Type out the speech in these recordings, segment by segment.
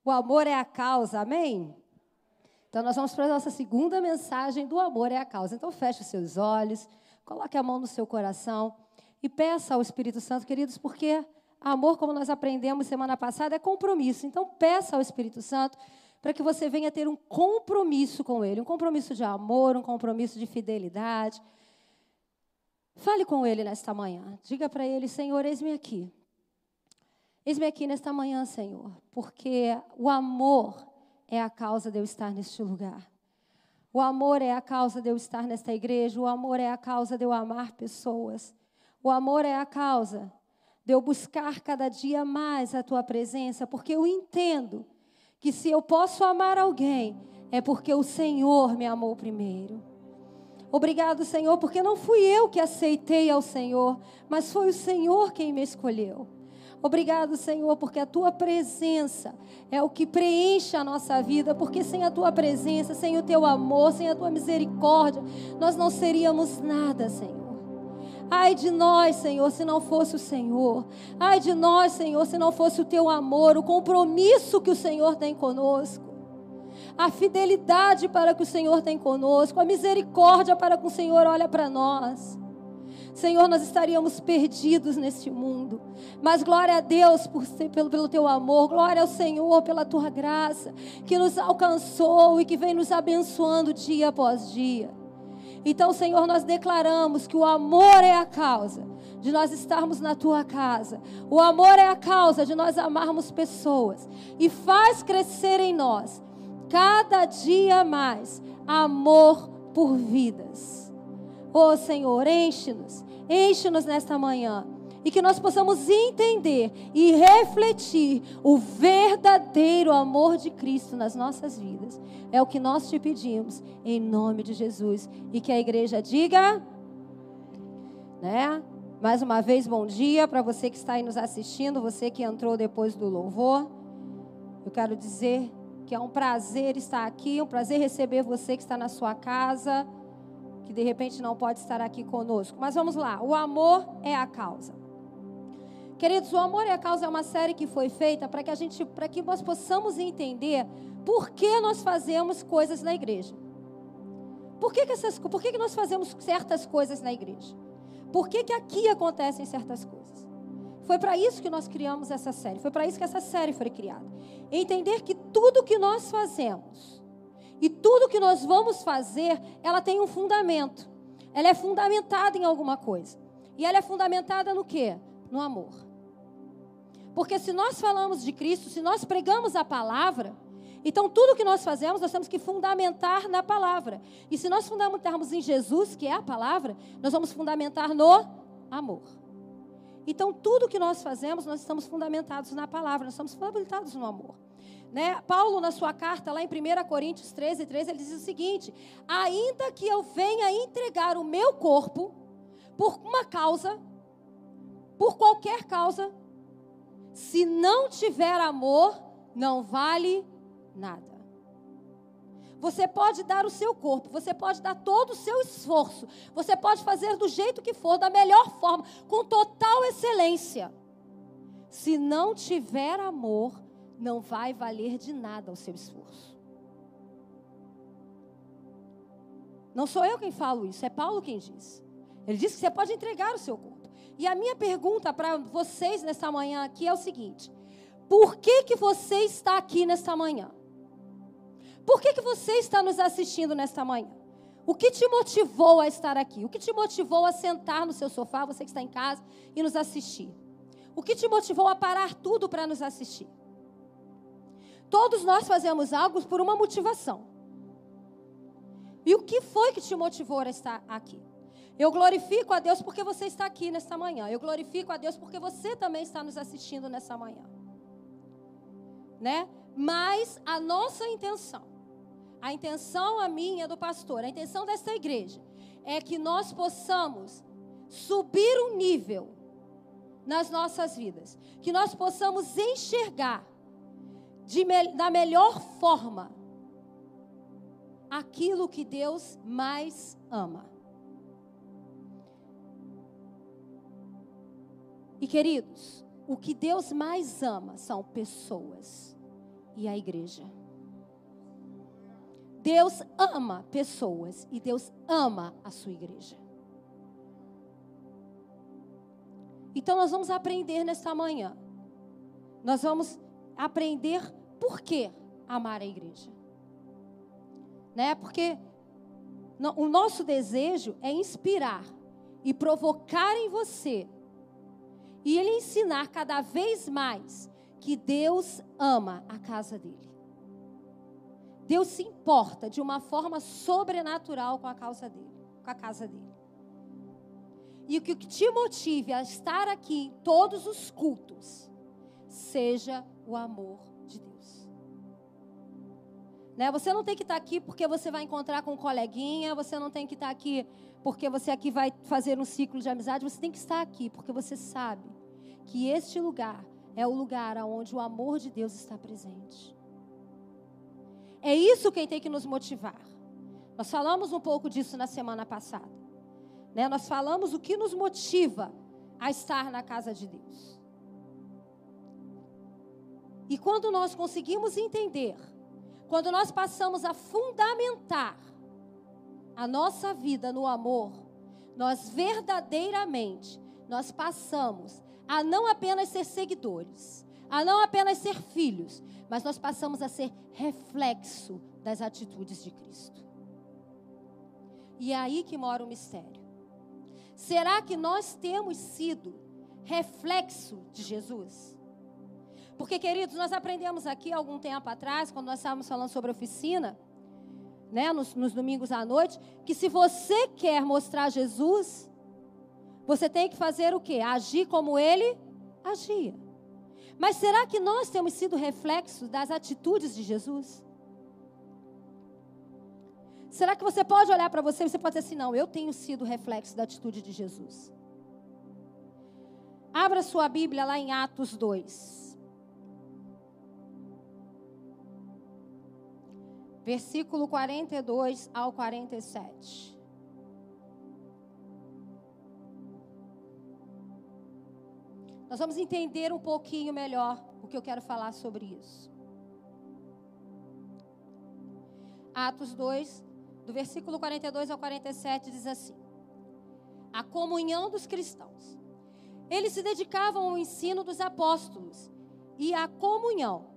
O amor é a causa, amém? Então, nós vamos para a nossa segunda mensagem do amor é a causa. Então, feche os seus olhos, coloque a mão no seu coração e peça ao Espírito Santo, queridos, porque amor, como nós aprendemos semana passada, é compromisso. Então, peça ao Espírito Santo para que você venha ter um compromisso com Ele, um compromisso de amor, um compromisso de fidelidade. Fale com Ele nesta manhã. Diga para Ele, Senhor, eis-me aqui. Eis-me aqui nesta manhã, Senhor, porque o amor é a causa de eu estar neste lugar. O amor é a causa de eu estar nesta igreja. O amor é a causa de eu amar pessoas. O amor é a causa de eu buscar cada dia mais a Tua presença, porque eu entendo que se eu posso amar alguém, é porque o Senhor me amou primeiro. Obrigado, Senhor, porque não fui eu que aceitei ao Senhor, mas foi o Senhor quem me escolheu. Obrigado, Senhor, porque a Tua presença é o que preenche a nossa vida, porque sem a Tua presença, sem o Teu amor, sem a Tua misericórdia, nós não seríamos nada, Senhor. Ai de nós, Senhor, se não fosse o Senhor. Ai de nós, Senhor, se não fosse o Teu amor, o compromisso que o Senhor tem conosco, a fidelidade para que o Senhor tem conosco, a misericórdia para que o Senhor olha para nós. Senhor, nós estaríamos perdidos neste mundo, mas glória a Deus pelo Teu amor, glória ao Senhor pela Tua graça, que nos alcançou e que vem nos abençoando dia após dia. Então, Senhor, nós declaramos que o amor é a causa de nós estarmos na Tua casa, o amor é a causa de nós amarmos pessoas, e faz crescer em nós, cada dia mais, amor por vidas. Oh, Senhor, enche-nos nesta manhã, e que nós possamos entender e refletir o verdadeiro amor de Cristo nas nossas vidas. É o que nós te pedimos, em nome de Jesus. E que a igreja diga, né? Mais uma vez, bom dia para você que está aí nos assistindo, você que entrou depois do louvor. Eu quero dizer que é um prazer estar aqui, um prazer receber você que está na sua casa, que de repente não pode estar aqui conosco. Mas vamos lá, o amor é a causa. Queridos, o Amor é a Causa é uma série que foi feita para que nós possamos entender por que nós fazemos coisas na igreja. Por que nós fazemos certas coisas na igreja? Por que aqui acontecem certas coisas? Foi para isso que nós criamos essa série, foi para isso que essa série foi criada. Entender que tudo que nós fazemos e tudo que nós vamos fazer, ela tem um fundamento. Ela é fundamentada em alguma coisa. E ela é fundamentada no quê? No amor. Porque se nós falamos de Cristo, se nós pregamos a palavra, então tudo que nós fazemos, nós temos que fundamentar na palavra. E se nós fundamentarmos em Jesus, que é a palavra, nós vamos fundamentar no amor. Então tudo que nós fazemos, nós estamos fundamentados na palavra, nós estamos fundamentados no amor. Né? Paulo, na sua carta, lá em 1 Coríntios 13:13, ele diz o seguinte: ainda que eu venha entregar o meu corpo por uma causa, por qualquer causa, se não tiver amor, não vale nada. Você pode dar o seu corpo, você pode dar todo o seu esforço, você pode fazer do jeito que for, da melhor forma, com total excelência. Se não tiver amor, não vai valer de nada o seu esforço. Não sou eu quem falo isso, é Paulo quem diz. Ele diz que você pode entregar o seu corpo. E a minha pergunta para vocês nesta manhã aqui é o seguinte: por que você está aqui nesta manhã? Por que você está nos assistindo nesta manhã? O que te motivou a estar aqui? O que te motivou a sentar no seu sofá, você que está em casa, e nos assistir? O que te motivou a parar tudo para nos assistir? Todos nós fazemos algo por uma motivação. E o que foi que te motivou a estar aqui? Eu glorifico a Deus porque você está aqui nesta manhã. Eu glorifico a Deus porque você também está nos assistindo nessa manhã. Né? Mas a nossa intenção, a intenção a minha, do pastor, a intenção desta igreja, é que nós possamos subir um nível nas nossas vidas. Que nós possamos enxergar da melhor forma aquilo que Deus mais ama. E queridos, o que Deus mais ama são pessoas. e a igreja. Deus ama pessoas e Deus ama a sua igreja. Então nós vamos aprender nesta manhã. Nós vamos aprender por que amar a igreja. Né? Porque o nosso desejo é inspirar e provocar em você e ele ensinar cada vez mais que Deus ama a casa dele. Deus se importa de uma forma sobrenatural com a casa dele. E o que te motive a estar aqui em todos os cultos seja o amor de Deus. Né? Você não tem que estar aqui porque você vai encontrar com um coleguinha, você não tem que estar aqui porque você aqui vai fazer um ciclo de amizade, você tem que estar aqui porque você sabe que este lugar é o lugar onde o amor de Deus está presente. É isso quem tem que nos motivar. Nós falamos um pouco disso na semana passada. Né? Nós falamos o que nos motiva a estar na casa de Deus. E quando nós conseguimos entender, quando nós passamos a fundamentar a nossa vida no amor, nós verdadeiramente, nós passamos a não apenas ser seguidores, a não apenas ser filhos, mas nós passamos a ser reflexo das atitudes de Cristo. E é aí que mora o mistério. Será que nós temos sido reflexo de Jesus? Porque, queridos, nós aprendemos aqui há algum tempo atrás, quando nós estávamos falando sobre oficina, né, nos domingos à noite, que se você quer mostrar Jesus, você tem que fazer o quê? Agir como ele agia. Mas será que nós temos sido reflexos das atitudes de Jesus? Será que você pode olhar para você e você pode dizer assim, não, eu tenho sido reflexo da atitude de Jesus? Abra sua Bíblia lá em Atos 2. Versículo 42 ao 47. Nós vamos entender um pouquinho melhor o que eu quero falar sobre isso. Atos 2, do versículo 42 ao 47, diz assim: a comunhão dos cristãos. Eles se dedicavam ao ensino dos apóstolos e à comunhão,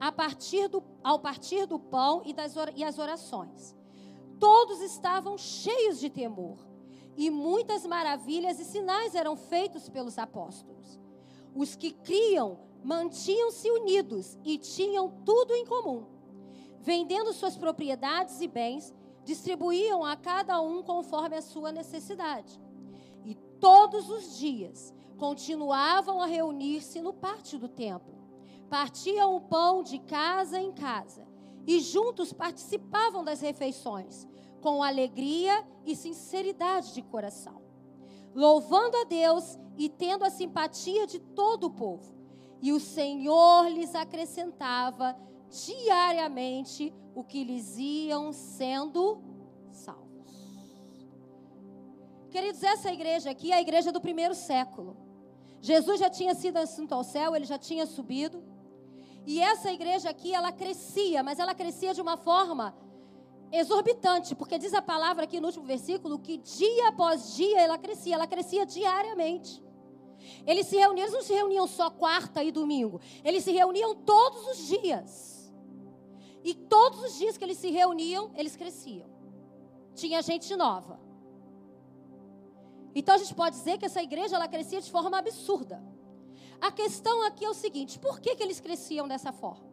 ao partir do pão e as orações. Todos estavam cheios de temor, e muitas maravilhas e sinais eram feitos pelos apóstolos. Os que criam mantinham-se unidos e tinham tudo em comum. Vendendo suas propriedades e bens, distribuíam a cada um conforme a sua necessidade. E todos os dias continuavam a reunir-se no pátio do templo. Partiam o pão de casa em casa e juntos participavam das refeições, com alegria e sinceridade de coração, louvando a Deus e tendo a simpatia de todo o povo. E o Senhor lhes acrescentava diariamente o que lhes iam sendo salvos. Queridos, essa igreja aqui é a igreja do primeiro século. Jesus já tinha sido assunto ao céu, ele já tinha subido. E essa igreja aqui, ela crescia, mas ela crescia de uma forma exorbitante, porque diz a palavra aqui no último versículo que dia após dia ela crescia diariamente. Eles não se reuniam só quarta e domingo, eles se reuniam todos os dias. E todos os dias que eles se reuniam, eles cresciam. Tinha gente nova. Então a gente pode dizer que essa igreja ela crescia de forma absurda. A questão aqui é o seguinte: por que eles cresciam dessa forma?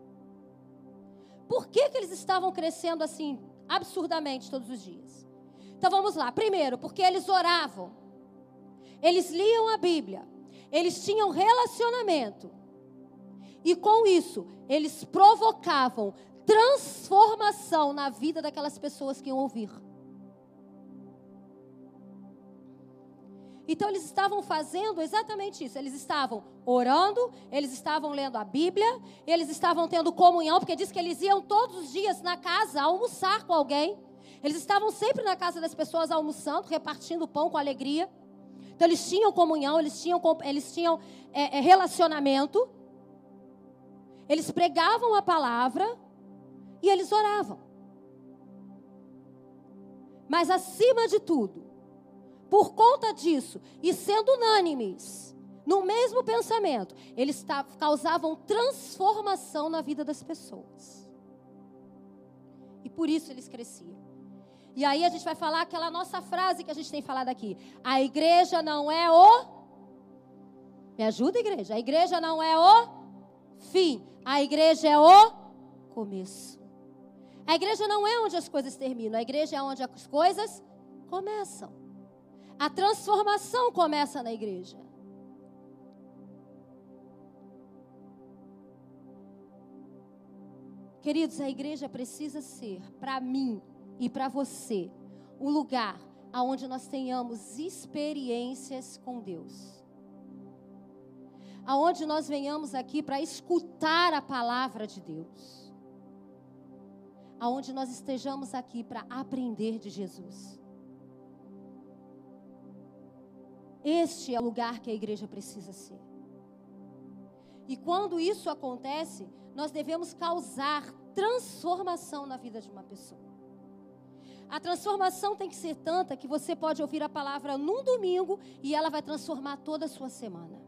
Por que eles estavam crescendo assim, absurdamente, todos os dias? Então vamos lá. Primeiro, porque eles oravam. Eles liam a Bíblia. Eles tinham relacionamento. E com isso, eles provocavam transformação na vida daquelas pessoas que iam ouvir. Então eles estavam fazendo exatamente isso. Eles estavam orando, eles estavam lendo a Bíblia, eles estavam tendo comunhão, porque diz que eles iam todos os dias na casa almoçar com alguém. Eles estavam sempre na casa das pessoas almoçando, repartindo pão com alegria. Então eles tinham comunhão, eles tinham relacionamento. Eles pregavam a palavra e eles oravam. Mas acima de tudo, por conta disso, e sendo unânimes, no mesmo pensamento, eles causavam transformação na vida das pessoas. E por isso eles cresciam. E aí a gente vai falar aquela nossa frase que a gente tem falado aqui. A igreja não é o... Me ajuda, igreja? A igreja não é o fim. A igreja é o começo. A igreja não é onde as coisas terminam. A igreja é onde as coisas começam. A transformação começa na igreja. Queridos, a igreja precisa ser, para mim e para você, um lugar onde nós tenhamos experiências com Deus. Aonde nós venhamos aqui para escutar a palavra de Deus. Aonde nós estejamos aqui para aprender de Jesus. Este é o lugar que a igreja precisa ser. E quando isso acontece, nós devemos causar transformação na vida de uma pessoa. A transformação tem que ser tanta que você pode ouvir a palavra num domingo e ela vai transformar toda a sua semana.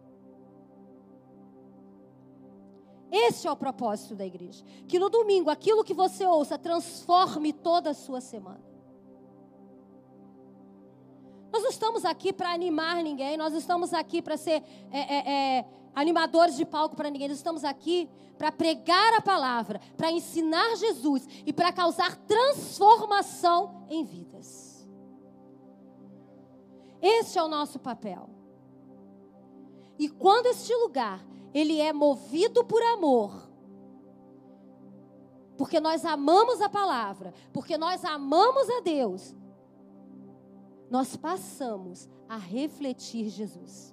Esse é o propósito da igreja. Que no domingo, aquilo que você ouça transforme toda a sua semana. Nós não estamos aqui para animar ninguém, nós não estamos aqui para ser animadores de palco para ninguém. Nós estamos aqui para pregar a palavra, para ensinar Jesus e para causar transformação em vidas. Esse é o nosso papel. E quando este lugar, ele é movido por amor, porque nós amamos a palavra, porque nós amamos a Deus, nós passamos a refletir Jesus.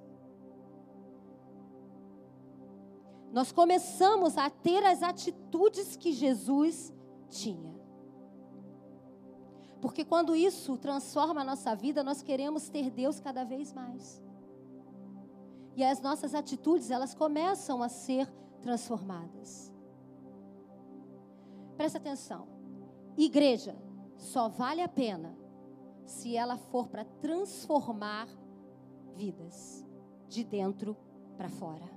Nós começamos a ter as atitudes que Jesus tinha. Porque quando isso transforma a nossa vida, nós queremos ter Deus cada vez mais. E as nossas atitudes, elas começam a ser transformadas. Presta atenção. Igreja só vale a pena se ela for para transformar vidas de dentro para fora.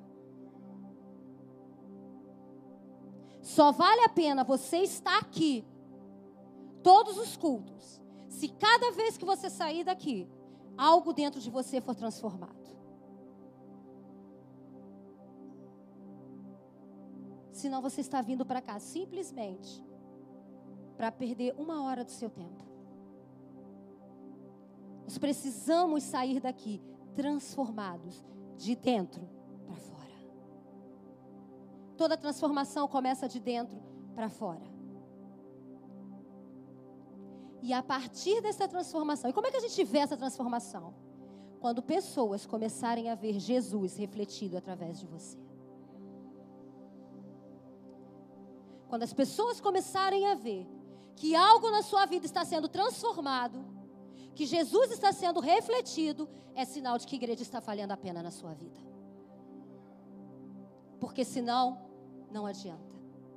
Só vale a pena você estar aqui, todos os cultos, se cada vez que você sair daqui, algo dentro de você for transformado. Senão você está vindo para cá simplesmente para perder 1 hora do seu tempo. Nós precisamos sair daqui transformados de dentro para fora. Toda transformação começa de dentro para fora. E a partir dessa transformação, e como é que a gente vê essa transformação? Quando pessoas começarem a ver Jesus refletido através de você. Quando as pessoas começarem a ver que algo na sua vida está sendo transformado, que Jesus está sendo refletido, é sinal de que a igreja está valendo a pena na sua vida. Porque senão, não adianta.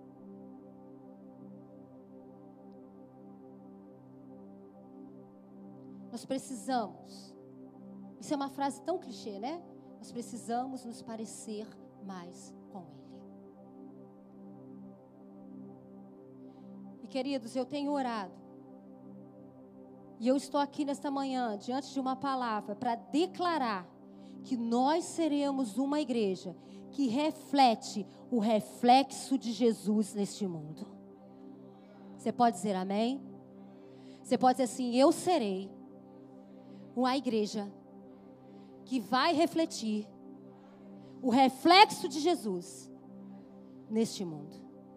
Nós precisamos, isso é uma frase tão clichê, né? Nós precisamos nos parecer mais com Ele. E queridos, eu tenho orado. E eu estou aqui nesta manhã, diante de uma palavra, para declarar que nós seremos uma igreja que reflete o reflexo de Jesus neste mundo. Você pode dizer amém? Você pode dizer assim, eu serei uma igreja que vai refletir o reflexo de Jesus neste mundo.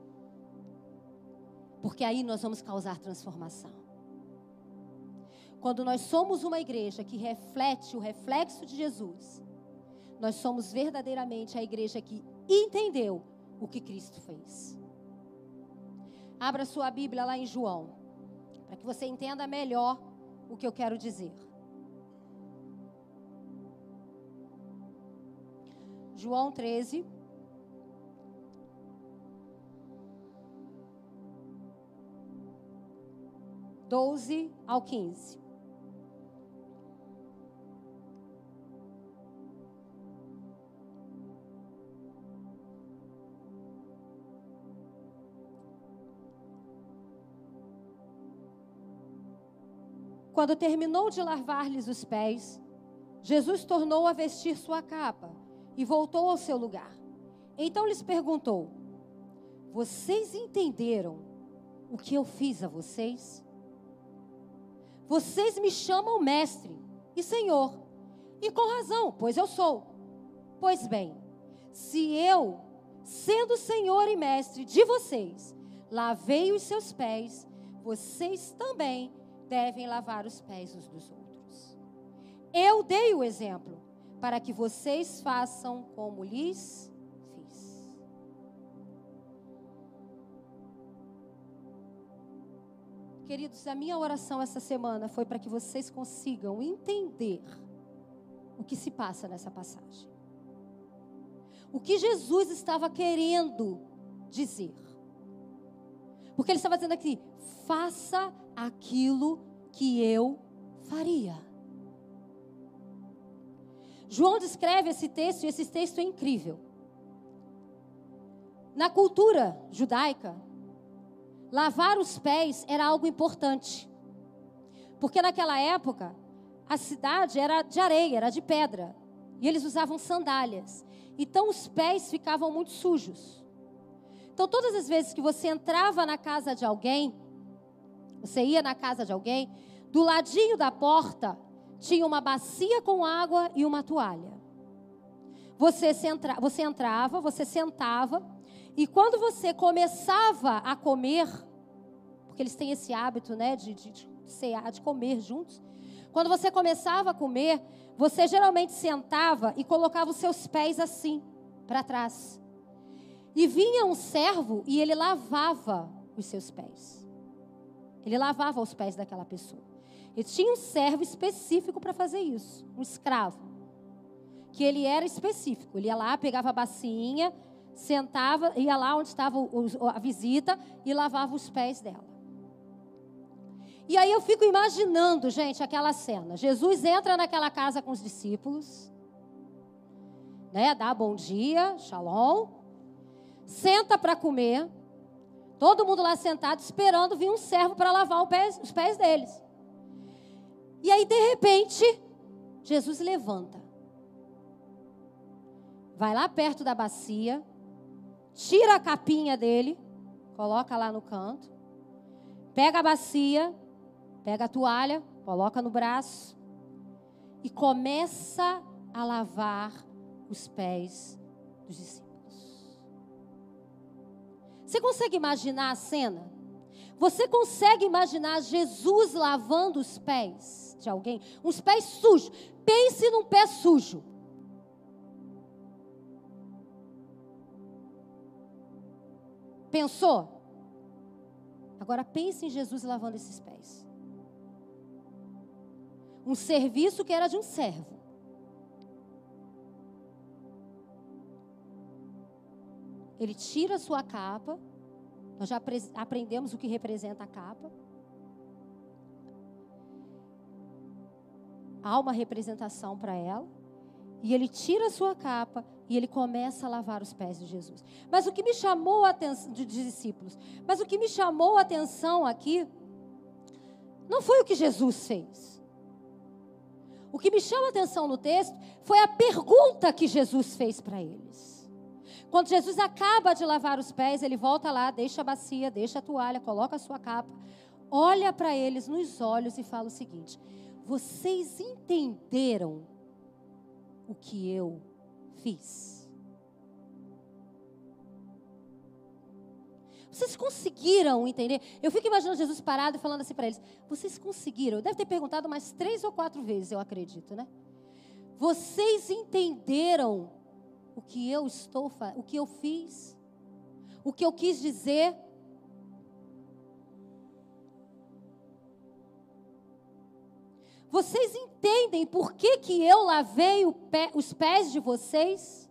Porque aí nós vamos causar transformação. Quando nós somos uma igreja que reflete o reflexo de Jesus, nós somos verdadeiramente a igreja que entendeu o que Cristo fez. Abra sua Bíblia lá em João, para que você entenda melhor o que eu quero dizer. João 13. 12 ao 15. Quando terminou de lavar-lhes os pés, Jesus tornou a vestir sua capa e voltou ao seu lugar. Então lhes perguntou: vocês entenderam o que eu fiz a vocês? Vocês me chamam mestre e senhor, e com razão, pois eu sou. Pois bem, se eu, sendo senhor e mestre de vocês, lavei os seus pés, vocês também devem lavar os pés uns dos outros. Eu dei o exemplo para que vocês façam como lhes fiz. Queridos, a minha oração essa semana foi para que vocês consigam entender o que se passa nessa passagem. O que Jesus estava querendo dizer. Porque ele estava dizendo aqui: faça aquilo que eu faria. João descreve esse texto, e esse texto é incrível. Na cultura judaica, lavar os pés era algo importante. Porque naquela época, a cidade era de areia, era de pedra. E eles usavam sandálias. Então os pés ficavam muito sujos. Então todas as vezes que você entrava na casa de alguém, você ia na casa de alguém, do ladinho da porta tinha uma bacia com água e uma toalha. Você entrava, você sentava, e quando você começava a comer, porque eles têm esse hábito, né, de comer juntos. Quando você começava a comer, você geralmente sentava e colocava os seus pés assim, para trás. E vinha um servo e ele lavava os seus pés. Ele lavava os pés daquela pessoa. E tinha um servo específico para fazer isso, um escravo. Que ele era específico. Ele ia lá, pegava a bacinha, sentava, ia lá onde estava a visita e lavava os pés dela. E aí eu fico imaginando, gente, aquela cena. Jesus entra naquela casa com os discípulos, né, dá bom dia, shalom, senta para comer, todo mundo lá sentado esperando vir um servo para lavar os pés deles. E aí, de repente, Jesus levanta, vai lá perto da bacia, tira a capinha dele, coloca lá no canto, pega a bacia, pega a toalha, coloca no braço e começa a lavar os pés dos discípulos. Você consegue imaginar a cena? Você consegue imaginar Jesus lavando os pés de alguém? Uns pés sujos. Pense num pé sujo. Pensou? Agora pense em Jesus lavando esses pés. Um serviço que era de um servo. Ele tira a sua capa. Nós já aprendemos o que representa a capa. Há uma representação para ela. E ele tira a sua capa e ele começa a lavar os pés de Jesus. Mas o que me chamou a atenção, de discípulos, mas o que me chamou a atenção aqui, não foi o que Jesus fez. O que me chama a atenção no texto foi a pergunta que Jesus fez para eles. Quando Jesus acaba de lavar os pés, ele volta lá, deixa a bacia, deixa a toalha, coloca a sua capa, olha para eles nos olhos e fala o seguinte: vocês entenderam o que eu fiz? Vocês conseguiram entender? Eu fico imaginando Jesus parado e falando assim para eles: vocês conseguiram? Deve ter perguntado umas 3 ou 4 vezes, eu acredito, né? Vocês entenderam o que eu o que eu fiz? O que eu quis dizer? Vocês entendem por que eu lavei os pés de vocês?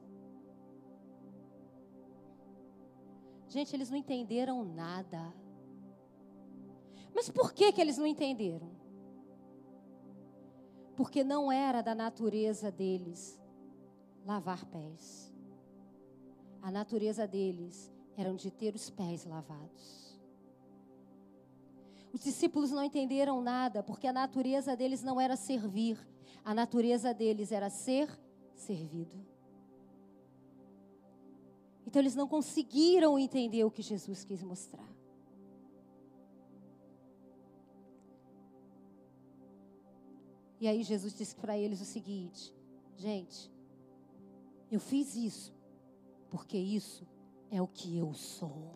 Gente, eles não entenderam nada. Mas por que eles não entenderam? Porque não era da natureza deles lavar pés. A natureza deles era de ter os pés lavados. Os discípulos não entenderam nada, porque a natureza deles não era servir. A natureza deles era ser servido. Então eles não conseguiram entender o que Jesus quis mostrar. E aí Jesus disse para eles o seguinte: gente, eu fiz isso porque isso é o que eu sou.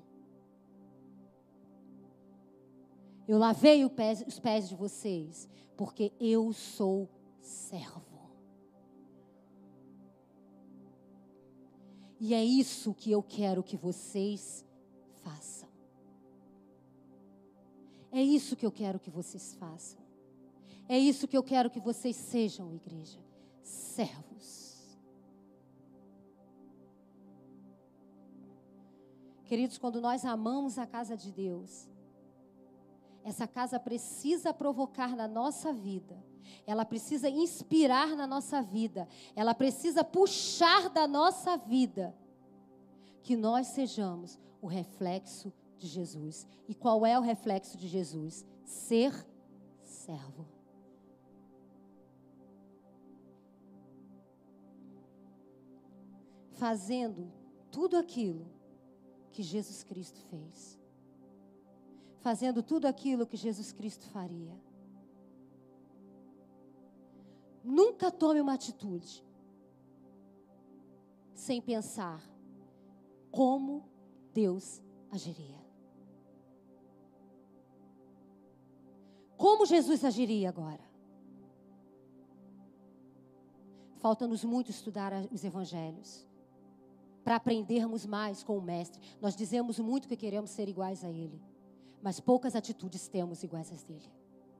Eu lavei os pés de vocês porque eu sou servo. E é isso que eu quero que vocês façam. É isso que eu quero que vocês façam. É isso que eu quero que vocês sejam, igreja. Servos. Queridos, quando nós amamos a casa de Deus, essa casa precisa provocar na nossa vida. Ela precisa inspirar na nossa vida. Ela precisa puxar da nossa vida que nós sejamos o reflexo de Jesus. E qual é o reflexo de Jesus? Ser servo. Fazendo tudo aquilo que Jesus Cristo fez. Fazendo tudo aquilo que Jesus Cristo faria. Nunca tome uma atitude sem pensar como Deus agiria. Como Jesus agiria agora? Falta-nos muito estudar os evangelhos para aprendermos mais com o Mestre. Nós dizemos muito que queremos ser iguais a Ele, mas poucas atitudes temos iguais às dele.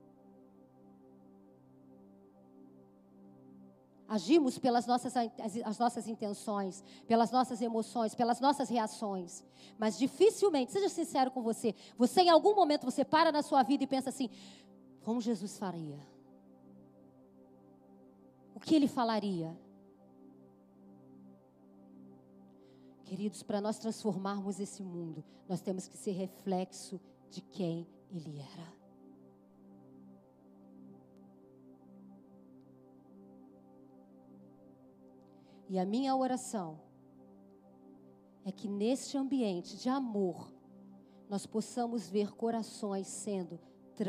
Agimos pelas as nossas intenções, pelas nossas emoções, pelas nossas reações. Mas dificilmente, seja sincero com você, você em algum momento você para na sua vida e pensa assim: como Jesus faria? O que Ele falaria? Queridos, para nós transformarmos esse mundo, nós temos que ser reflexo de quem Ele era. E a minha oração é que neste ambiente de amor, nós possamos ver corações sendo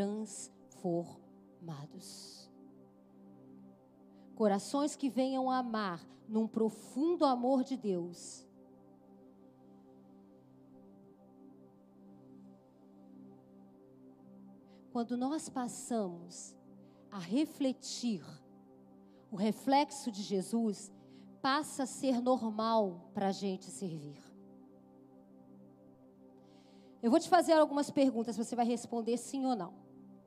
transformados. Corações que venham a amar num profundo amor de Deus. Quando nós passamos a refletir o reflexo de Jesus, passa a ser normal para a gente servir. Eu vou te fazer algumas perguntas, você vai responder sim ou não.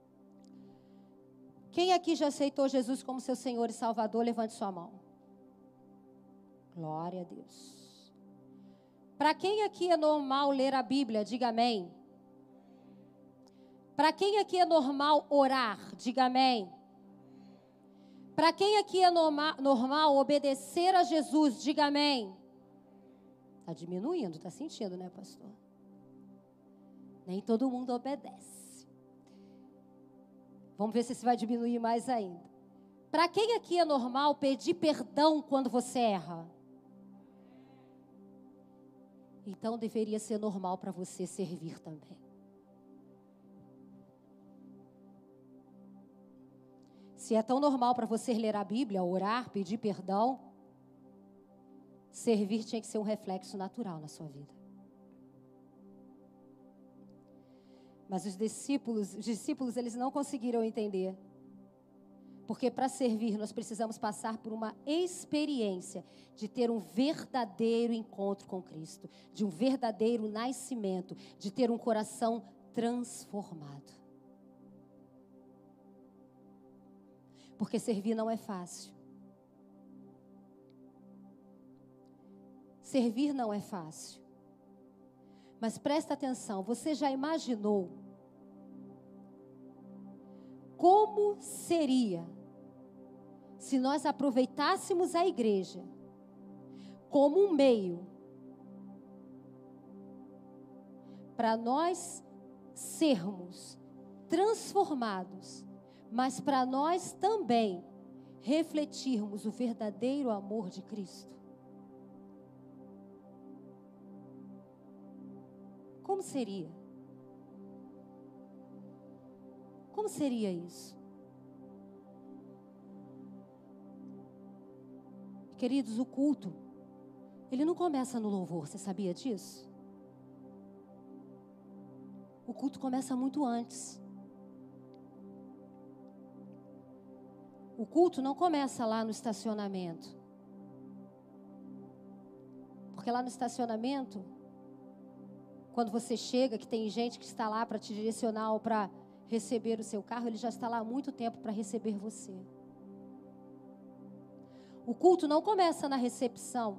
Quem aqui já aceitou Jesus como seu Senhor e Salvador? Levante sua mão. Glória a Deus. Para quem aqui é normal ler a Bíblia? Diga amém. Para quem aqui é normal orar? Diga amém. Para quem aqui é normal obedecer a Jesus? Diga amém. Está diminuindo, está sentindo, né, pastor? Nem todo mundo obedece. Vamos ver se vai diminuir mais ainda. Para quem aqui é normal pedir perdão quando você erra? Então deveria ser normal para você servir também. Se é tão normal para você ler a Bíblia, orar, pedir perdão, servir tinha que ser um reflexo natural na sua vida. Mas os discípulos eles não conseguiram entender. Porque para servir nós precisamos passar por uma experiência de ter um verdadeiro encontro com Cristo, de um verdadeiro nascimento, de ter um coração transformado. Porque servir não é fácil. Servir não é fácil. Mas presta atenção, você já imaginou como seria se nós aproveitássemos a igreja como um meio para nós sermos transformados, mas para nós também refletirmos o verdadeiro amor de Cristo? Como seria? Como seria isso? Queridos, o culto, ele não começa no louvor, você sabia disso? O culto começa muito antes. O culto não começa lá no estacionamento. Porque lá no estacionamento, quando você chega, que tem gente que está lá para te direcionar ou para receber o seu carro, ele já está lá há muito tempo para receber você. O culto não começa na recepção.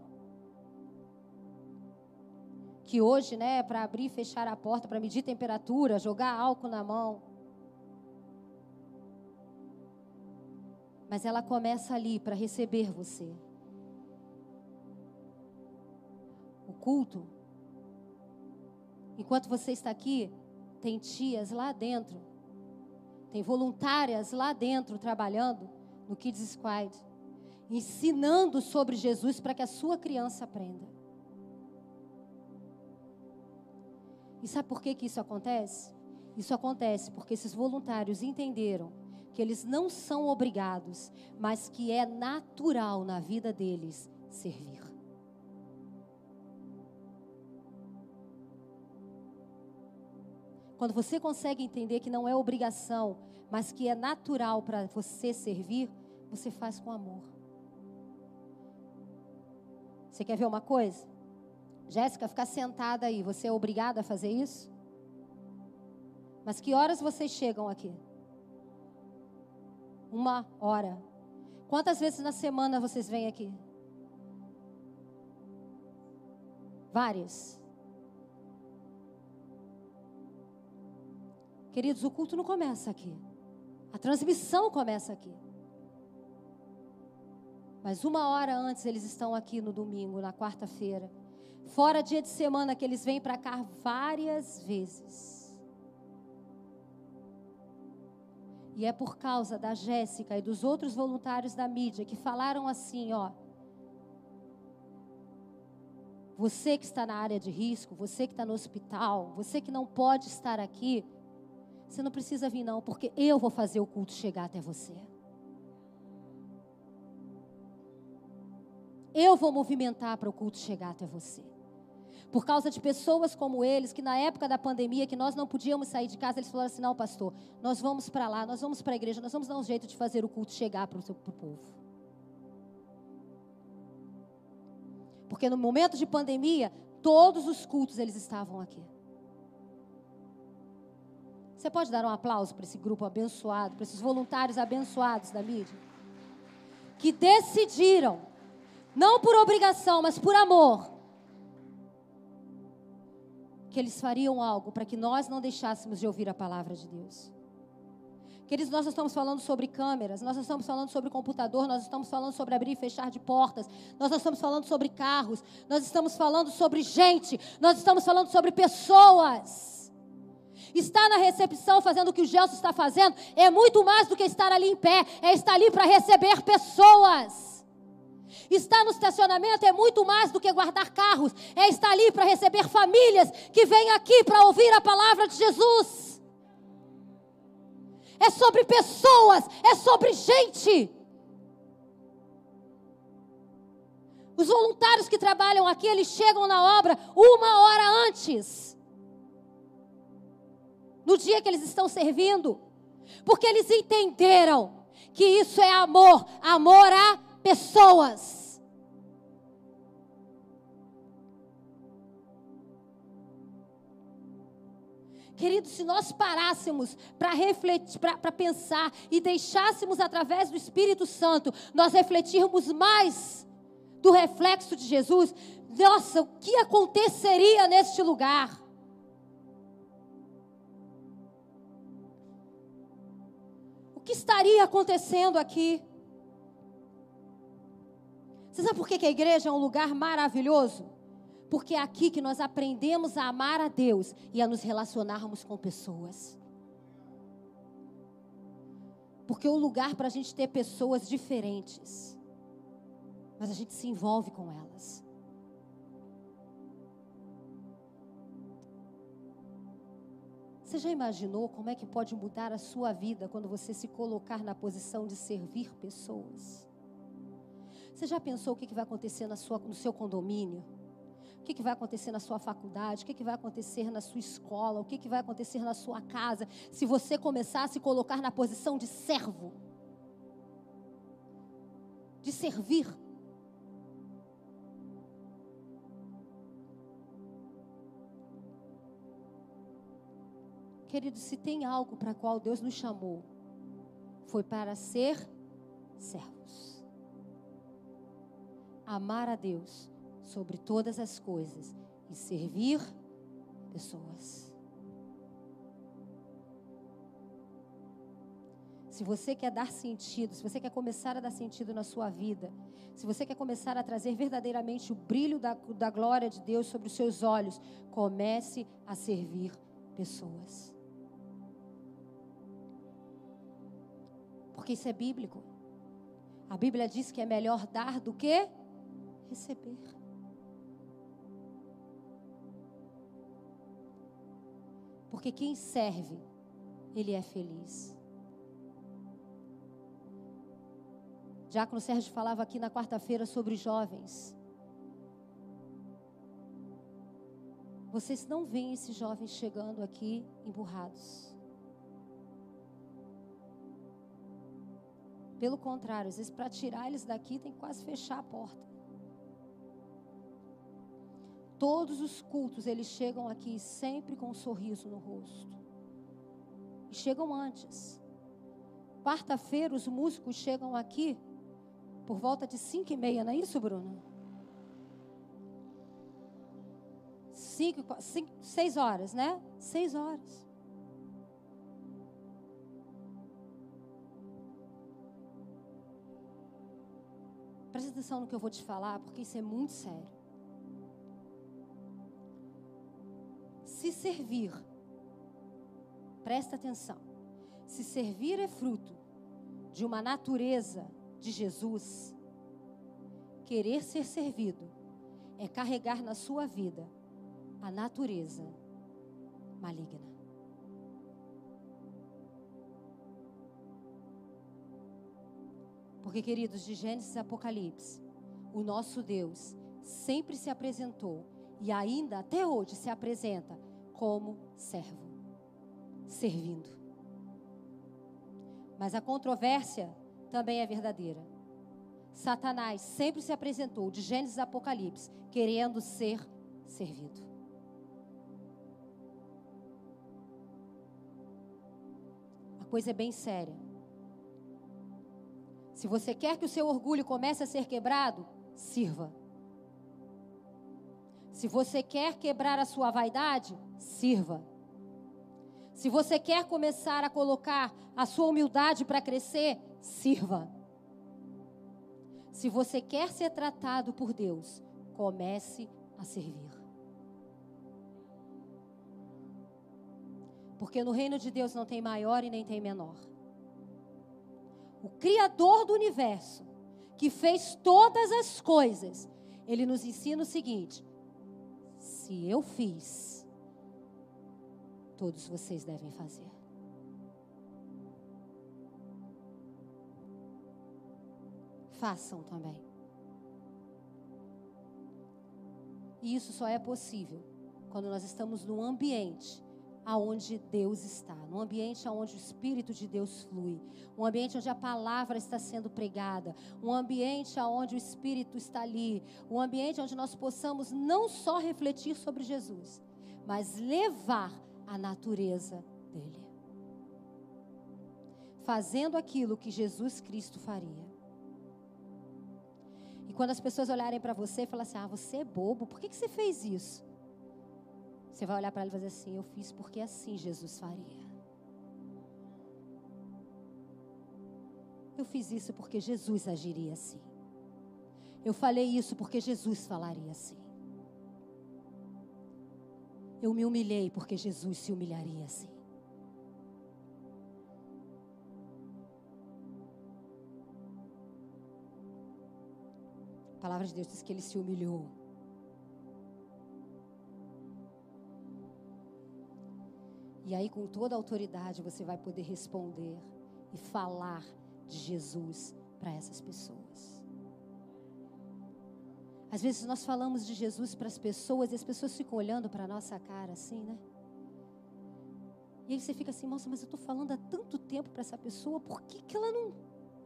Que hoje, né, para abrir e fechar a porta, para medir temperatura, jogar álcool na mão. Mas ela começa ali para receber você. O culto, enquanto você está aqui, tem tias lá dentro, tem voluntárias lá dentro trabalhando no Kids Squad, ensinando sobre Jesus para que a sua criança aprenda. E sabe por que isso acontece? Isso acontece porque esses voluntários entenderam que eles não são obrigados, mas que é natural na vida deles servir. Quando você consegue entender que não é obrigação, mas que é natural para você servir, você faz com amor. Você quer ver uma coisa? Jéssica, ficar sentada aí, você é obrigada a fazer isso? Mas que horas vocês chegam aqui? 1 hora. Quantas vezes na semana vocês vêm aqui? Várias. Queridos, o culto não começa aqui. A transmissão começa aqui. Mas 1 hora antes eles estão aqui no domingo, na quarta-feira. Fora dia de semana que eles vêm para cá várias vezes. E é por causa da Jéssica e dos outros voluntários da mídia que falaram assim, ó. Você que está na área de risco, você que está no hospital, você que não pode estar aqui, você não precisa vir não, porque eu vou fazer o culto chegar até você. Eu vou movimentar para o culto chegar até você. Por causa de pessoas como eles, que na época da pandemia, que nós não podíamos sair de casa, eles falaram assim, não pastor, nós vamos para lá, nós vamos para a igreja, nós vamos dar um jeito de fazer o culto chegar para o povo. Porque no momento de pandemia, todos os cultos eles estavam aqui. Você pode dar um aplauso para esse grupo abençoado, para esses voluntários abençoados da mídia? Que decidiram, não por obrigação, mas por amor, que eles fariam algo para que nós não deixássemos de ouvir a palavra de Deus. Queridos, nós estamos falando sobre câmeras, nós estamos falando sobre computador, nós estamos falando sobre abrir e fechar de portas, nós estamos falando sobre carros, nós estamos falando sobre gente, nós estamos falando sobre pessoas. Estar na recepção fazendo o que o Gelson está fazendo é muito mais do que estar ali em pé, é estar ali para receber pessoas. Estar no estacionamento é muito mais do que guardar carros, é estar ali para receber famílias que vêm aqui para ouvir a palavra de Jesus. É sobre pessoas, é sobre gente. Os voluntários que trabalham aqui, eles chegam na obra 1 hora antes. No dia que eles estão servindo. Porque eles entenderam que isso é amor, amor a pessoas. Queridos, se nós parássemos para refletir, para pensar e deixássemos através do Espírito Santo, nós refletirmos mais do reflexo de Jesus, nossa, o que aconteceria neste lugar? O que estaria acontecendo aqui? Você sabe por que a igreja é um lugar maravilhoso? Porque é aqui que nós aprendemos a amar a Deus e a nos relacionarmos com pessoas. Porque é um lugar para a gente ter pessoas diferentes, mas a gente se envolve com elas. Você já imaginou como é que pode mudar a sua vida quando você se colocar na posição de servir pessoas? Você já pensou o que vai acontecer no seu condomínio? O que vai acontecer na sua faculdade? O que vai acontecer na sua escola? O que vai acontecer na sua casa? Se você começar a se colocar na posição de servo, de servir. Queridos, se tem algo para qual Deus nos chamou, foi para ser servos. Amar a Deus sobre todas as coisas e servir pessoas. Se você quer dar sentido, se você quer começar a dar sentido na sua vida, se você quer começar a trazer verdadeiramente o brilho da glória de Deus sobre os seus olhos, comece a servir pessoas. Porque isso é bíblico. A Bíblia diz que é melhor dar do que receber. Porque quem serve, ele é feliz. Diácono Sérgio falava aqui na quarta-feira sobre jovens. Vocês não veem esses jovens chegando aqui emburrados. Pelo contrário, às vezes para tirar eles daqui tem que quase fechar a porta. Todos os cultos eles chegam aqui sempre com um sorriso no rosto. E chegam antes. Quarta-feira os músicos chegam aqui por volta de 5h30, não é isso, Bruno? 6 horas, né? 6 horas. Presta atenção no que eu vou te falar, porque isso é muito sério. Se servir, presta atenção, se servir é fruto de uma natureza de Jesus, querer ser servido é carregar na sua vida a natureza maligna. Porque, queridos, de Gênesis a Apocalipse, o nosso Deus sempre se apresentou e ainda até hoje se apresenta como servo, servindo. Mas a controvérsia também é verdadeira. Satanás sempre se apresentou, de Gênesis a Apocalipse, querendo ser servido. A coisa é bem séria. Se você quer que o seu orgulho comece a ser quebrado, sirva. Se você quer quebrar a sua vaidade, sirva. Se você quer começar a colocar a sua humildade para crescer, sirva. Se você quer ser tratado por Deus, comece a servir. Porque no reino de Deus não tem maior e nem tem menor. O Criador do universo, que fez todas as coisas, Ele nos ensina o seguinte: se eu fiz, todos vocês devem fazer. Façam também. E isso só é possível quando nós estamos num ambiente aonde Deus está, num ambiente onde o Espírito de Deus flui, um ambiente onde a palavra está sendo pregada, um ambiente onde o Espírito está ali, um ambiente onde nós possamos não só refletir sobre Jesus, mas levar a natureza dele, fazendo aquilo que Jesus Cristo faria. E quando as pessoas olharem para você e falarem assim: você é bobo, por que você fez isso? Você vai olhar para ela e vai dizer assim: eu fiz porque assim Jesus faria. Eu fiz isso porque Jesus agiria assim. Eu falei isso porque Jesus falaria assim. Eu me humilhei porque Jesus se humilharia assim. A palavra de Deus diz que ele se humilhou. E aí, com toda a autoridade, você vai poder responder e falar de Jesus para essas pessoas. Às vezes nós falamos de Jesus para as pessoas e as pessoas ficam olhando para a nossa cara assim, né? E aí você fica assim, nossa, mas eu estou falando há tanto tempo para essa pessoa, por que ela não...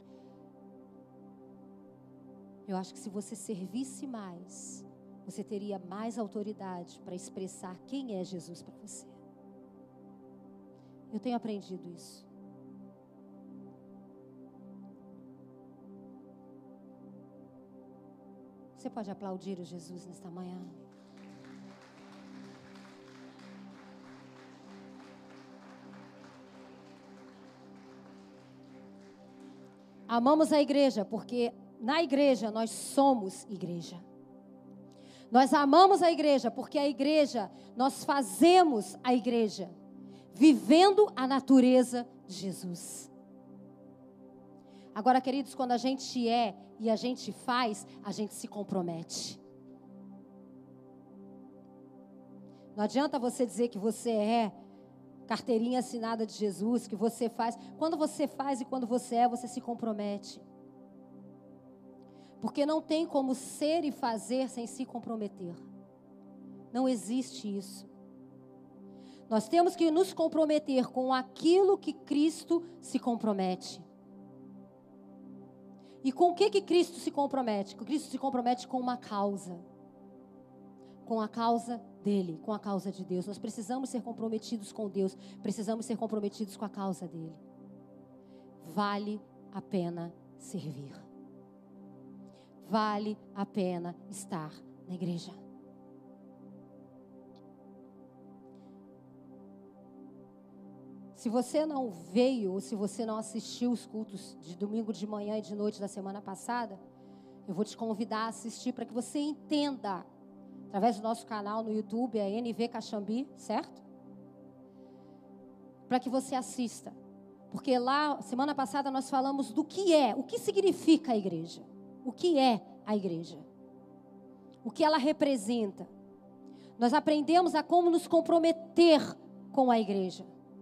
Eu acho que se você servisse mais, você teria mais autoridade para expressar quem é Jesus para você. Eu tenho aprendido isso. Você pode aplaudir o Jesus nesta manhã? Amamos a igreja porque na igreja nós somos igreja. Nós amamos a igreja porque a igreja, nós fazemos a igreja, vivendo a natureza de Jesus. Agora, queridos, quando a gente é e a gente faz, a gente se compromete. Não adianta você dizer que você é carteirinha assinada de Jesus, que você faz. Quando você faz e quando você se compromete. Porque não tem como ser e fazer sem se comprometer. Não existe isso. Nós temos que nos comprometer com aquilo que Cristo se compromete. E com o que Cristo se compromete? Cristo se compromete com uma causa. Com a causa dele, com a causa de Deus. Nós precisamos ser comprometidos com Deus. Precisamos ser comprometidos com a causa dele. Vale a pena servir. Vale a pena estar na igreja. Se você não veio, ou se você não assistiu os cultos de domingo de manhã e de noite da semana passada, eu vou te convidar a assistir para que você entenda, através do nosso canal no YouTube, é NV Caxambi, certo? Para que você assista. Porque lá, semana passada, nós falamos do que é, o que significa a igreja. O que é a igreja? O que ela representa? Nós aprendemos a como nos comprometer com a igreja.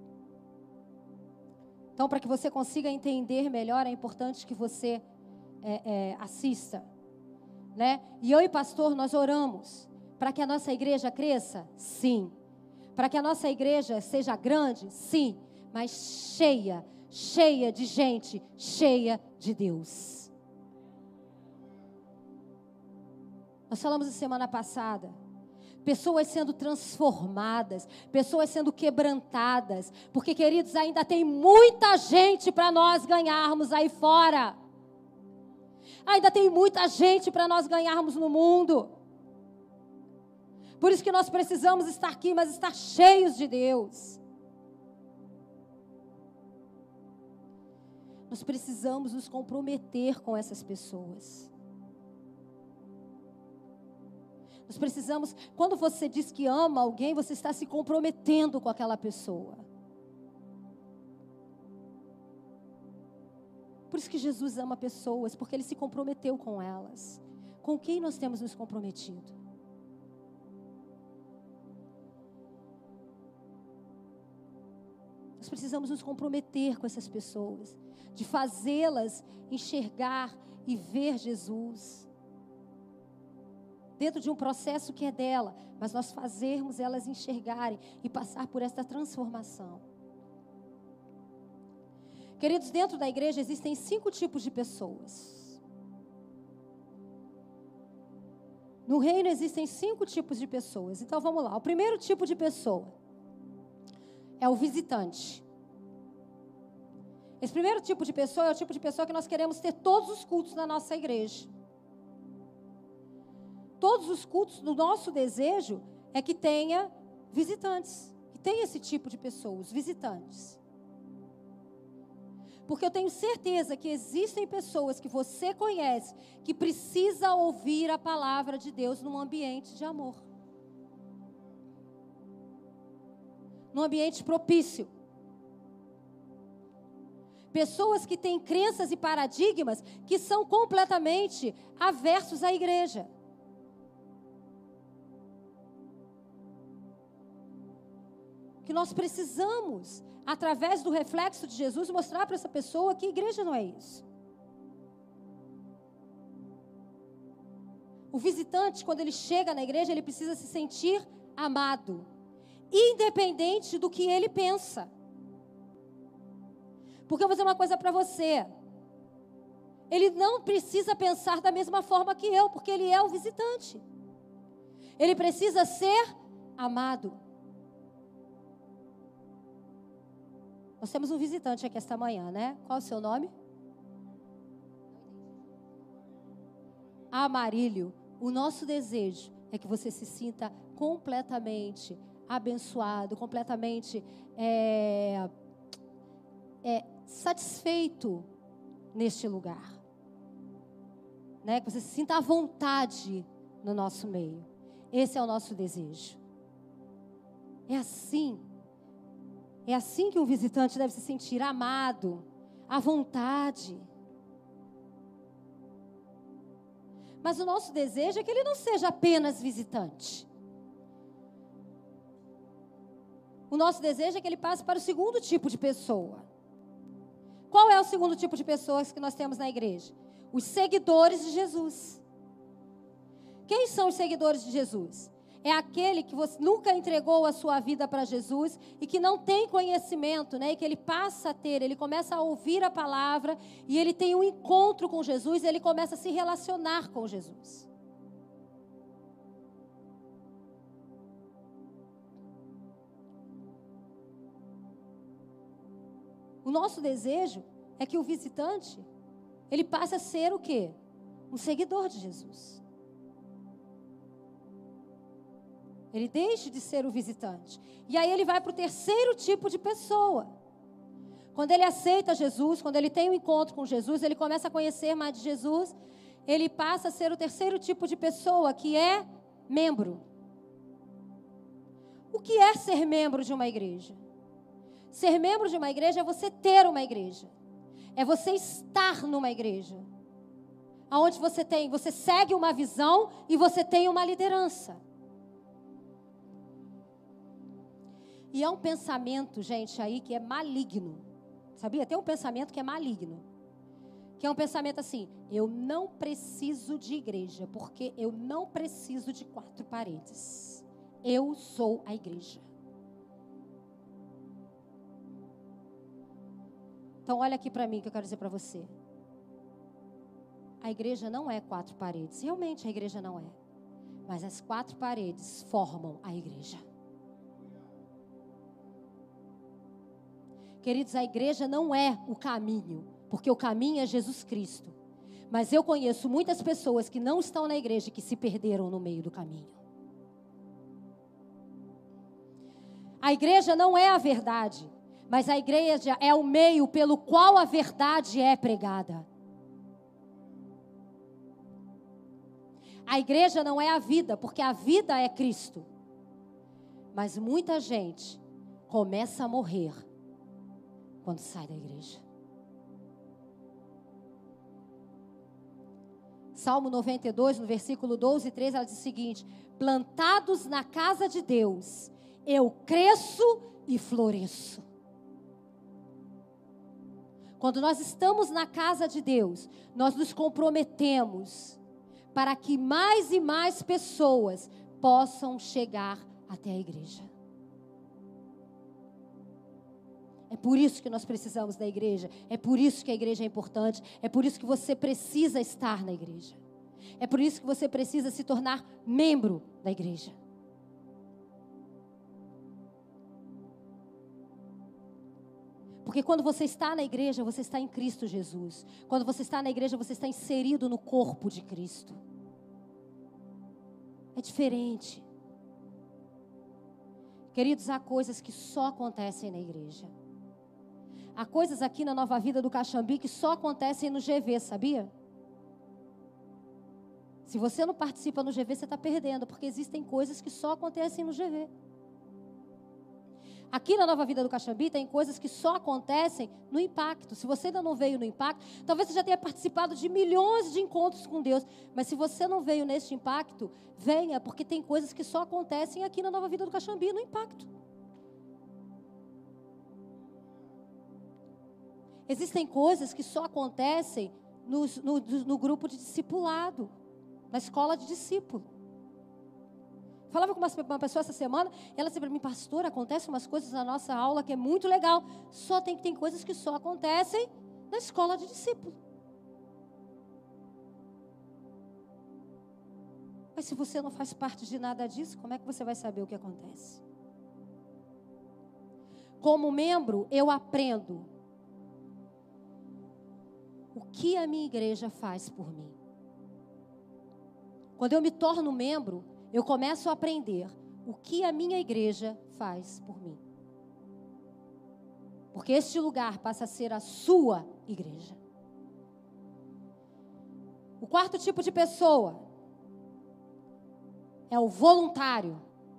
Então, para que você consiga entender melhor, é importante que você assista, né? E eu e pastor, nós oramos para que a nossa igreja cresça? Sim. Para que a nossa igreja seja grande? Sim. Mas cheia de gente, cheia de Deus. Nós falamos na semana passada. Pessoas sendo transformadas, pessoas sendo quebrantadas. Porque, queridos, ainda tem muita gente para nós ganharmos aí fora. Ainda tem muita gente para nós ganharmos no mundo. Por isso que nós precisamos estar aqui, mas estar cheios de Deus. Nós precisamos nos comprometer com essas pessoas. Nós precisamos, quando você diz que ama alguém, você está se comprometendo com aquela pessoa. Por isso que Jesus ama pessoas, porque Ele se comprometeu com elas. Com quem nós temos nos comprometido? Nós precisamos nos comprometer com essas pessoas, de fazê-las enxergar e ver Jesus. Dentro de um processo que é dela, mas nós fazermos elas enxergarem e passar por esta transformação. Queridos, dentro da igreja existem 5 tipos de pessoas. No reino existem 5 tipos de pessoas. Então vamos lá. O primeiro tipo de pessoa é o visitante. Esse primeiro tipo de pessoa é o tipo de pessoa que nós queremos ter todos os cultos na nossa igreja. Todos os cultos, do nosso desejo é que tenha visitantes. Que tenha esse tipo de pessoas, visitantes. Porque eu tenho certeza que existem pessoas que você conhece que precisa ouvir a palavra de Deus num ambiente de amor. Num ambiente propício. Pessoas que têm crenças e paradigmas que são completamente aversos à igreja. Que nós precisamos, através do reflexo de Jesus, mostrar para essa pessoa que a igreja não é isso. O visitante, quando ele chega na igreja, ele precisa se sentir amado, independente do que ele pensa. Porque eu vou dizer uma coisa para você. Ele não precisa pensar da mesma forma que eu, porque ele é o visitante. Ele precisa ser amado. Nós temos um visitante aqui esta manhã, né? Qual é o seu nome? Amarílio. O nosso desejo é que você se sinta completamente abençoado, completamente satisfeito neste lugar. Né? Que você se sinta à vontade no nosso meio. Esse é o nosso desejo. É assim que um visitante deve se sentir amado, à vontade. Mas o nosso desejo é que ele não seja apenas visitante. O nosso desejo é que ele passe para o segundo tipo de pessoa. Qual é o segundo tipo de pessoas que nós temos na igreja? Os seguidores de Jesus. Quem são os seguidores de Jesus? É aquele que você nunca entregou a sua vida para Jesus e que não tem conhecimento, né? E que ele passa a ter, ele começa a ouvir a palavra e ele tem um encontro com Jesus e ele começa a se relacionar com Jesus. O nosso desejo é que o visitante, ele passe a ser o quê? Um seguidor de Jesus. Ele deixa de ser o visitante. E aí ele vai para o terceiro tipo de pessoa. Quando ele aceita Jesus, quando ele tem um encontro com Jesus, ele começa a conhecer mais de Jesus, ele passa a ser o terceiro tipo de pessoa, que é membro. O que é ser membro de uma igreja? Ser membro de uma igreja é você ter uma igreja. É você estar numa igreja. Onde você segue uma visão e você tem uma liderança. E é um pensamento, gente, aí que é maligno. Sabia? Tem um pensamento que é maligno. Que é um pensamento assim: eu não preciso de igreja, porque eu não preciso de 4 paredes. Eu sou a igreja. Então olha aqui para mim que eu quero dizer para você. A igreja não é 4 paredes. Realmente a igreja não é. Mas as 4 paredes formam a igreja. Queridos, a igreja não é o caminho, porque o caminho é Jesus Cristo. Mas eu conheço muitas pessoas que não estão na igreja, que se perderam no meio do caminho. A igreja não é a verdade, mas a igreja é o meio pelo qual a verdade é pregada. A igreja não é a vida, porque a vida é Cristo. Mas muita gente começa a morrer quando sai da igreja. Salmo 92, no versículo 12 e 13, ela diz o seguinte: plantados na casa de Deus, eu cresço e floresço. Quando nós estamos na casa de Deus, nós nos comprometemos para que mais e mais pessoas possam chegar até a igreja. É por isso que nós precisamos da igreja. É por isso que a igreja é importante. É por isso que você precisa estar na igreja. É por isso que você precisa se tornar membro da igreja. Porque quando você está na igreja, você está em Cristo Jesus. Quando você está na igreja, você está inserido no corpo de Cristo. É diferente. Queridos, há coisas que só acontecem na igreja. há coisas aqui na Nova Vida do Caxambi que só acontecem no GV, sabia? Se você não participa no GV, você está perdendo, porque existem coisas que só acontecem no GV. Aqui na Nova Vida do Caxambi tem coisas que só acontecem no Impacto. Se você ainda não veio no Impacto, talvez você já tenha participado de milhões de encontros com Deus. Mas se você não veio neste Impacto, venha, porque tem coisas que só acontecem aqui na Nova Vida do Caxambi, no Impacto. Existem coisas que só acontecem no grupo de discipulado, na escola de discípulo. Falava com uma pessoa essa semana, e ela disse para mim, pastor, acontecem umas coisas na nossa aula que é muito legal. Tem coisas que só acontecem na escola de discípulo. Mas se você não faz parte de nada disso, como é que você vai saber o que acontece? Como membro, eu aprendo o que a minha igreja faz por mim. Quando eu me torno membro, eu começo a aprender o que a minha igreja faz por mim. Porque este lugar passa a ser a sua igreja. O quarto tipo de pessoa é o voluntário.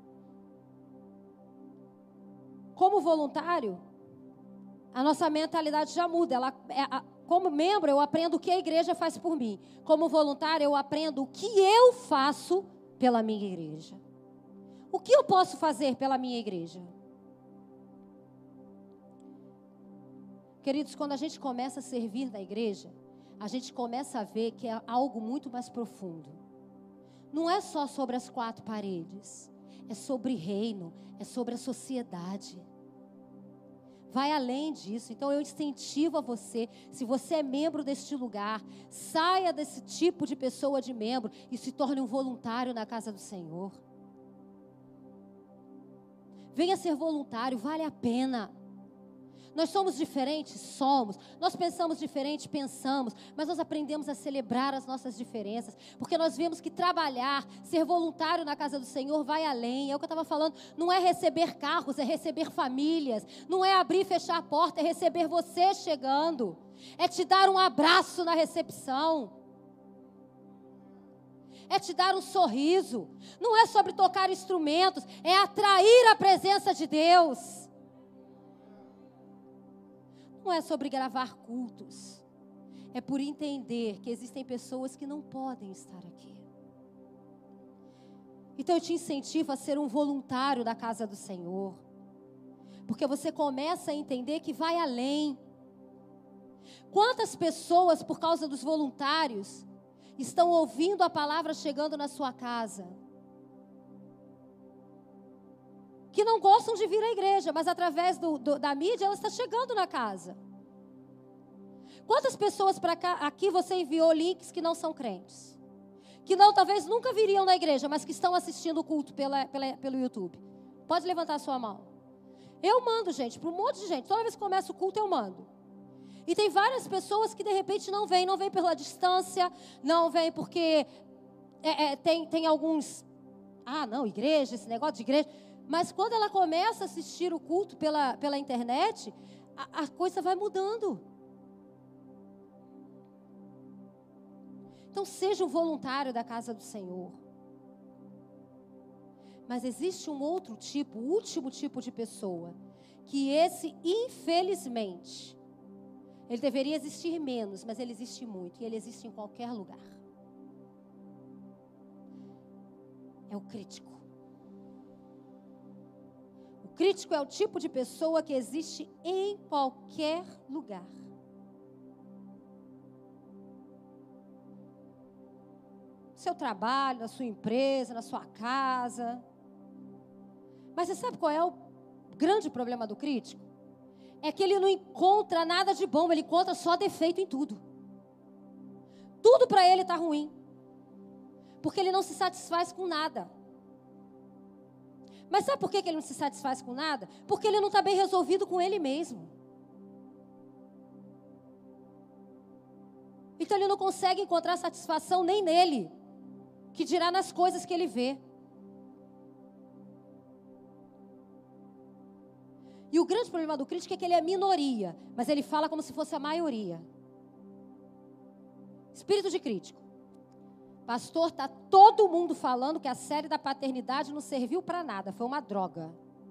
Como voluntário, a nossa mentalidade já muda. Como membro, eu aprendo o que a igreja faz por mim. Como voluntário, eu aprendo o que eu faço pela minha igreja. O que eu posso fazer pela minha igreja? Queridos, quando a gente começa a servir na igreja, a gente começa a ver que é algo muito mais profundo. Não é só sobre as quatro paredes. É sobre reino, é sobre a sociedade. Vai além disso. Então eu incentivo a você, se você é membro deste lugar, saia desse tipo de pessoa de membro e se torne um voluntário na casa do Senhor. Venha ser voluntário, vale a pena. Nós somos diferentes? Somos. Nós pensamos diferente? Pensamos. Mas nós aprendemos a celebrar as nossas diferenças. Porque nós vemos que trabalhar, ser voluntário na casa do Senhor vai além. É o que eu estava falando. Não é receber carros, é receber famílias. Não é abrir e fechar a porta, é receber você chegando. É te dar um abraço na recepção. É te dar um sorriso. Não é sobre tocar instrumentos, é atrair a presença de Deus. Não é sobre gravar cultos. É por entender que existem pessoas que não podem estar aqui. Então eu te incentivo a ser um voluntário da casa do Senhor. Porque você começa a entender que vai além. Quantas pessoas, por causa dos voluntários, estão ouvindo a palavra chegando na sua casa? Que não gostam de vir à igreja, mas através da mídia, ela está chegando na casa. Quantas pessoas para cá, aqui você enviou links que não são crentes? Que não, talvez nunca viriam na igreja, mas que estão assistindo o culto pelo YouTube. Pode levantar a sua mão. Eu mando, gente, para um monte de gente. Toda vez que começa o culto, eu mando. E tem várias pessoas que de repente não vêm pela distância, não vêm porque tem alguns... Ah, não, igreja, esse negócio de igreja... Mas quando ela começa a assistir o culto pela internet, a coisa vai mudando. Então seja um voluntário da casa do Senhor. Mas existe um outro tipo, o último tipo de pessoa, que esse, infelizmente, ele deveria existir menos, mas ele existe muito, e ele existe em qualquer lugar. É o crítico. O crítico é o tipo de pessoa que existe em qualquer lugar. No seu trabalho, na sua empresa, na sua casa. Mas você sabe qual é o grande problema do crítico? É que ele não encontra nada de bom, ele encontra só defeito em tudo. Tudo para ele está ruim. Porque ele não se satisfaz com nada. Mas sabe por que ele não se satisfaz com nada? Porque ele não está bem resolvido com ele mesmo. Então ele não consegue encontrar satisfação nem nele, que dirá nas coisas que ele vê. E o grande problema do crítico é que ele é minoria, mas ele fala como se fosse a maioria. Espírito de crítico. Pastor, está todo mundo falando que a série da paternidade não serviu para nada, foi uma droga.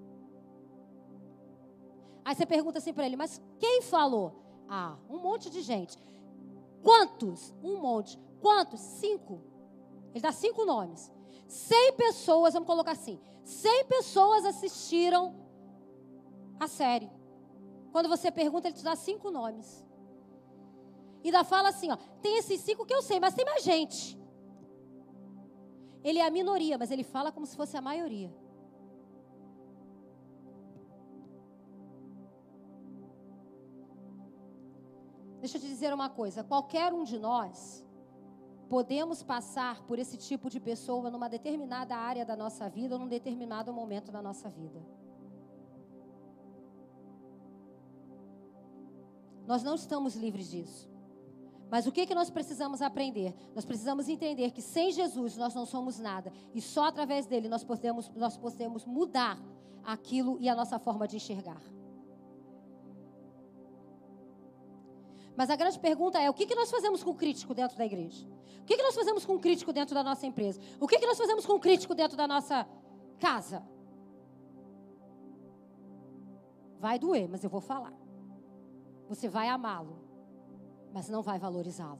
Aí você pergunta assim para ele, mas quem falou? Ah, um monte de gente. Quantos? Um monte. Quantos? 5. Ele dá 5 nomes. 100 pessoas, vamos colocar assim, 100 pessoas assistiram a série. Quando você pergunta, ele te dá 5 nomes. E ainda fala assim, ó, tem esses 5 que eu sei, mas tem mais gente. Ele é a minoria, mas ele fala como se fosse a maioria. Deixa eu te dizer uma coisa, qualquer um de nós podemos passar por esse tipo de pessoa numa determinada área da nossa vida ou num determinado momento da nossa vida. Nós não estamos livres disso. Mas o que nós precisamos aprender? Nós precisamos entender que sem Jesus nós não somos nada. E só através dele nós podemos mudar aquilo e a nossa forma de enxergar. Mas a grande pergunta é, o que nós fazemos com o crítico dentro da igreja? O que nós fazemos com o crítico dentro da nossa empresa? O que nós fazemos com o crítico dentro da nossa casa? Vai doer, mas eu vou falar. Você vai amá-lo, mas não vai valorizá-lo.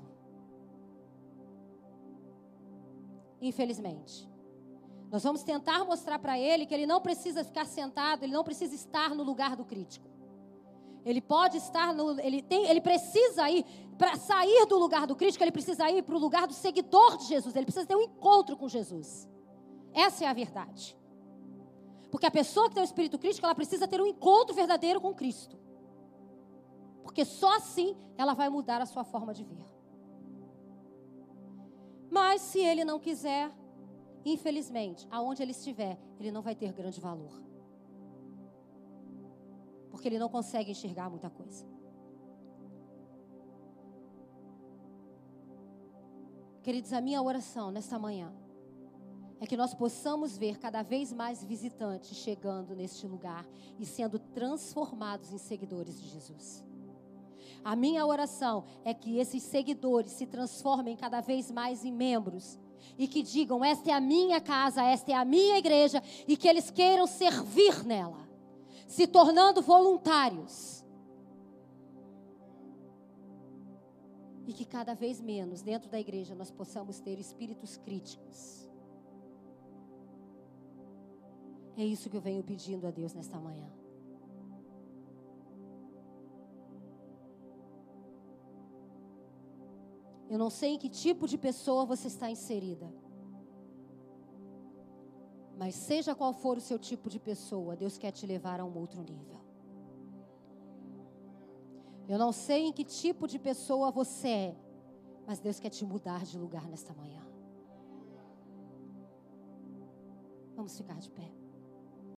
Infelizmente. Nós vamos tentar mostrar para ele que ele não precisa ficar sentado, ele não precisa estar no lugar do crítico. Ele pode estar, ele precisa ir, para sair do lugar do crítico, ele precisa ir para o lugar do seguidor de Jesus. Ele precisa ter um encontro com Jesus. Essa é a verdade. Porque a pessoa que tem o espírito crítico, ela precisa ter um encontro verdadeiro com Cristo. Porque só assim ela vai mudar a sua forma de ver. Mas se ele não quiser, infelizmente, aonde ele estiver, ele não vai ter grande valor. Porque ele não consegue enxergar muita coisa. Queridos, a minha oração nesta manhã é que nós possamos ver cada vez mais visitantes chegando neste lugar e sendo transformados em seguidores de Jesus. A minha oração é que esses seguidores se transformem cada vez mais em membros e que digam, esta é a minha casa, esta é a minha igreja, e que eles queiram servir nela, se tornando voluntários. E que cada vez menos dentro da igreja nós possamos ter espíritos críticos. É isso que eu venho pedindo a Deus nesta manhã. Eu não sei em que tipo de pessoa você está inserida. Mas seja qual for o seu tipo de pessoa, Deus quer te levar a um outro nível. Eu não sei em que tipo de pessoa você é, mas Deus quer te mudar de lugar nesta manhã. Vamos ficar de pé.